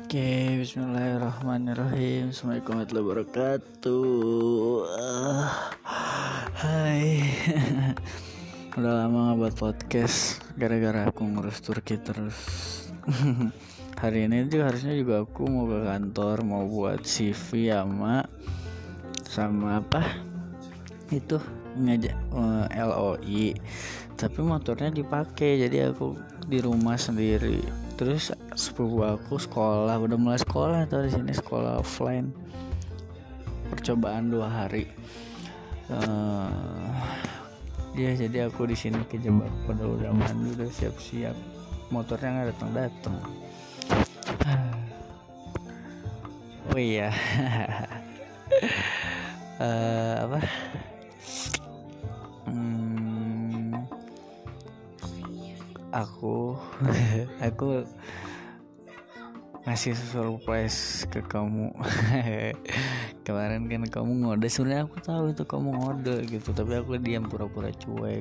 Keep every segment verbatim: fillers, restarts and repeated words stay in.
Oke, bismillahirrahmanirrahim. Assalamualaikum warahmatullahi wabarakatuh. Ah, Hai. Udah lama gak buat podcast gara-gara aku ngurus Turki terus. Hari ini juga harusnya juga aku mau ke kantor, mau buat C V sama sama apa? Itu ngajak uh, L O I. Tapi motornya dipakai, jadi aku di rumah sendiri. Terus sepupu aku sekolah, udah mulai sekolah atau di sini sekolah offline. Percobaan dua hari. Uh, ya jadi aku di sini kejebak, pada udah mandi, udah siap-siap. Motornya nggak datang-datang. Oh iya. uh, apa? Hmm, aku aku ngasih surprise ke kamu. Kemarin kan kamu ngode, sebenarnya aku tahu itu kamu ngode gitu, tapi aku diam pura-pura cuek.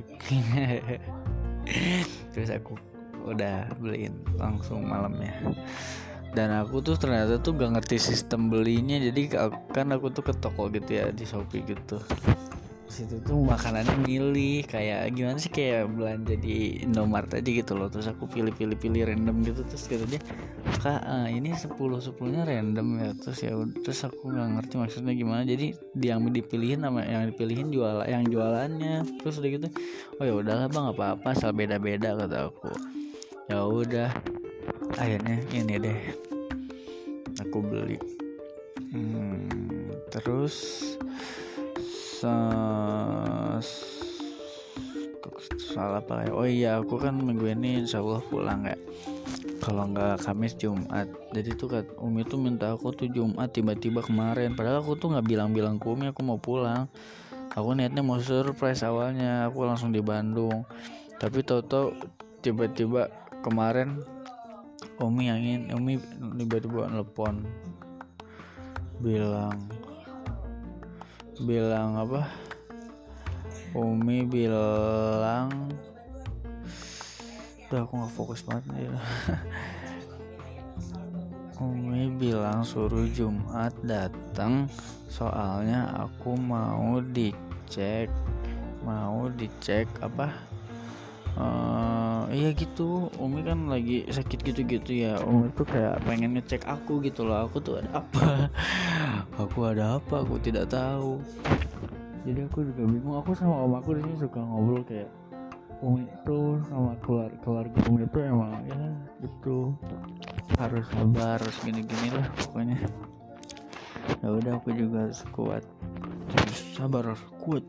Terus aku udah beliin langsung malamnya, dan aku tuh ternyata tuh gak ngerti sistem belinya. Jadi kan aku tuh ke toko gitu ya, di Shopee gitu. Situ tuh makanannya milih kayak gimana sih, kayak belanja di Indomaret aja gitu loh. Terus aku pilih-pilih pilih random gitu. Terus kata dia, kak uh, ini sepuluh sepuluhnya random ya. Terus ya terus aku nggak ngerti maksudnya gimana. Jadi yang dipilihin sama yang dipilihin jual yang jualannya. Terus udah gitu, oh ya udahlah bang, apa apa asal beda-beda kata aku. Ya udah, akhirnya ini deh aku beli. Hmm, terus salah apa ya? Oh iya, aku kan minggu ini insya Allah pulang ya. Kalau nggak Kamis Jumat. Jadi tuh kan Umi tuh minta aku tuh Jumat tiba-tiba kemarin. Padahal aku tuh nggak bilang-bilang ke Umi aku mau pulang. Aku niatnya mau surprise awalnya. Aku langsung di Bandung. Tapi tau-tau tiba-tiba kemarin Umi yang ingin Umi tiba-tiba nelpon bilang bilang apa? Umi bilang, udah aku nggak fokus banget nih. Umi bilang suruh Jumat datang, soalnya aku mau dicek, mau dicek apa? Uh, iya gitu. Umi kan lagi sakit gitu-gitu ya. Umi tuh kayak pengen ngecek aku gitu loh. Aku tuh ada apa? Aku ada apa? Aku tidak tahu. Jadi aku juga bingung. Aku sama om aku di sini suka ngobrol kayak Umi itu sama keluarga keluarga Umi itu emang ya gitu, harus sabar, harus gini-gini lah pokoknya. Ya udah, aku juga harus kuat, harus sabar, harus kuat.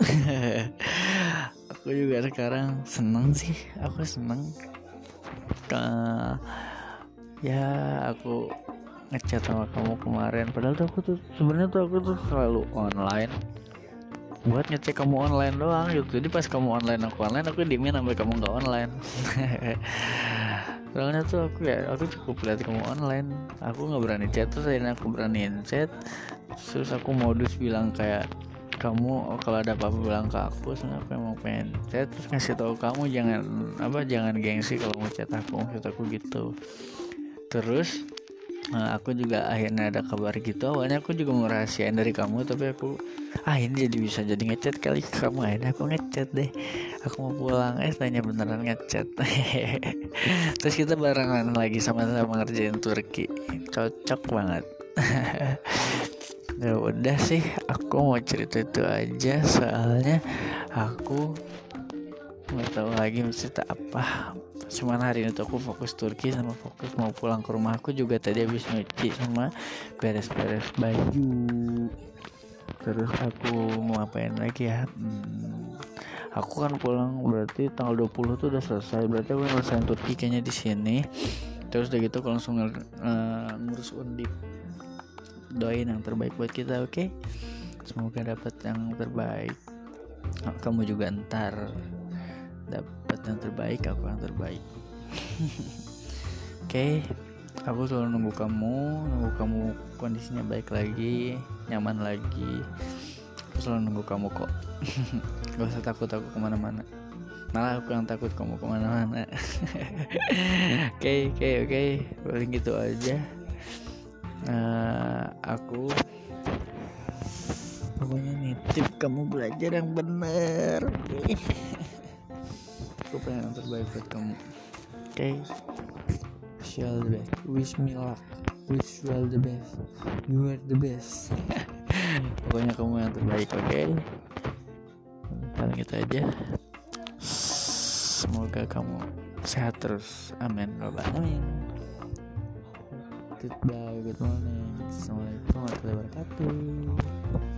Aku juga sekarang seneng sih, aku seneng. Uh, ya aku ngechat sama kamu kemarin. Padahal tuh aku tuh sebenarnya tuh aku tuh selalu online buat ngecek kamu online doang gitu. Jadi pas kamu online aku online, aku diemin sampai kamu nggak online. Soalnya tuh aku ya aku cukup lihat kamu online, aku nggak berani chat. Terus akhirnya aku beraniin chat. Terus aku modus bilang kayak kamu, oh, kalau ada apa-apa bilang ke aku. Soalnya aku emang pengen chat, terus ngasih tahu kamu jangan apa jangan gengsi kalau mau chat aku, maksud aku gitu. Terus Nah, aku juga akhirnya ada kabar gitu. Awalnya aku juga mau rahasiain dari kamu, tapi aku ah ini jadi bisa jadi ngechat kali ke kamu. Akhirnya aku ngechat deh, aku mau pulang, eh tanya beneran ngechat. Terus kita barengan lagi sama-sama ngerjain Turki. Cocok banget. Ya udah sih, aku mau cerita itu aja. Soalnya aku nggak tahu lagi mesti tak apa. Cuman hari ini tuh aku fokus Turki sama fokus mau pulang ke rumah. Aku juga tadi habis nyuci sama beres-beres baju. Terus aku mau ngapain lagi ya? Hmm, aku kan pulang berarti tanggal dua puluh tuh udah selesai. Berarti aku ngelesain Turki kayaknya di sini. Terus udah gitu aku langsung uh, ngurus undip. Doain yang terbaik buat kita, oke? Okay? Semoga dapat yang terbaik. Oh, kamu juga ntar dapat yang terbaik, aku yang terbaik. Oke, okay, aku selalu nunggu kamu, nunggu kamu kondisinya baik lagi, nyaman lagi. Aku selalu nunggu kamu kok. Gak usah takut aku kemana-mana. Malah aku yang takut kamu kemana-mana. Oke, oke, oke. Paling gitu aja. uh, aku pokoknya nitip kamu belajar yang bener. Aku pengen yang terbaik buat kamu. Oke, okay? Wish you all the best. Wish me luck. Wish you all the best. You are the best. Pokoknya kamu yang terbaik, oke? Okay? Paling itu aja. Semoga kamu sehat terus. Amin. Robbal alamin. Goodbye, good morning. Assalamualaikum warahmatullahi wabarakatuh.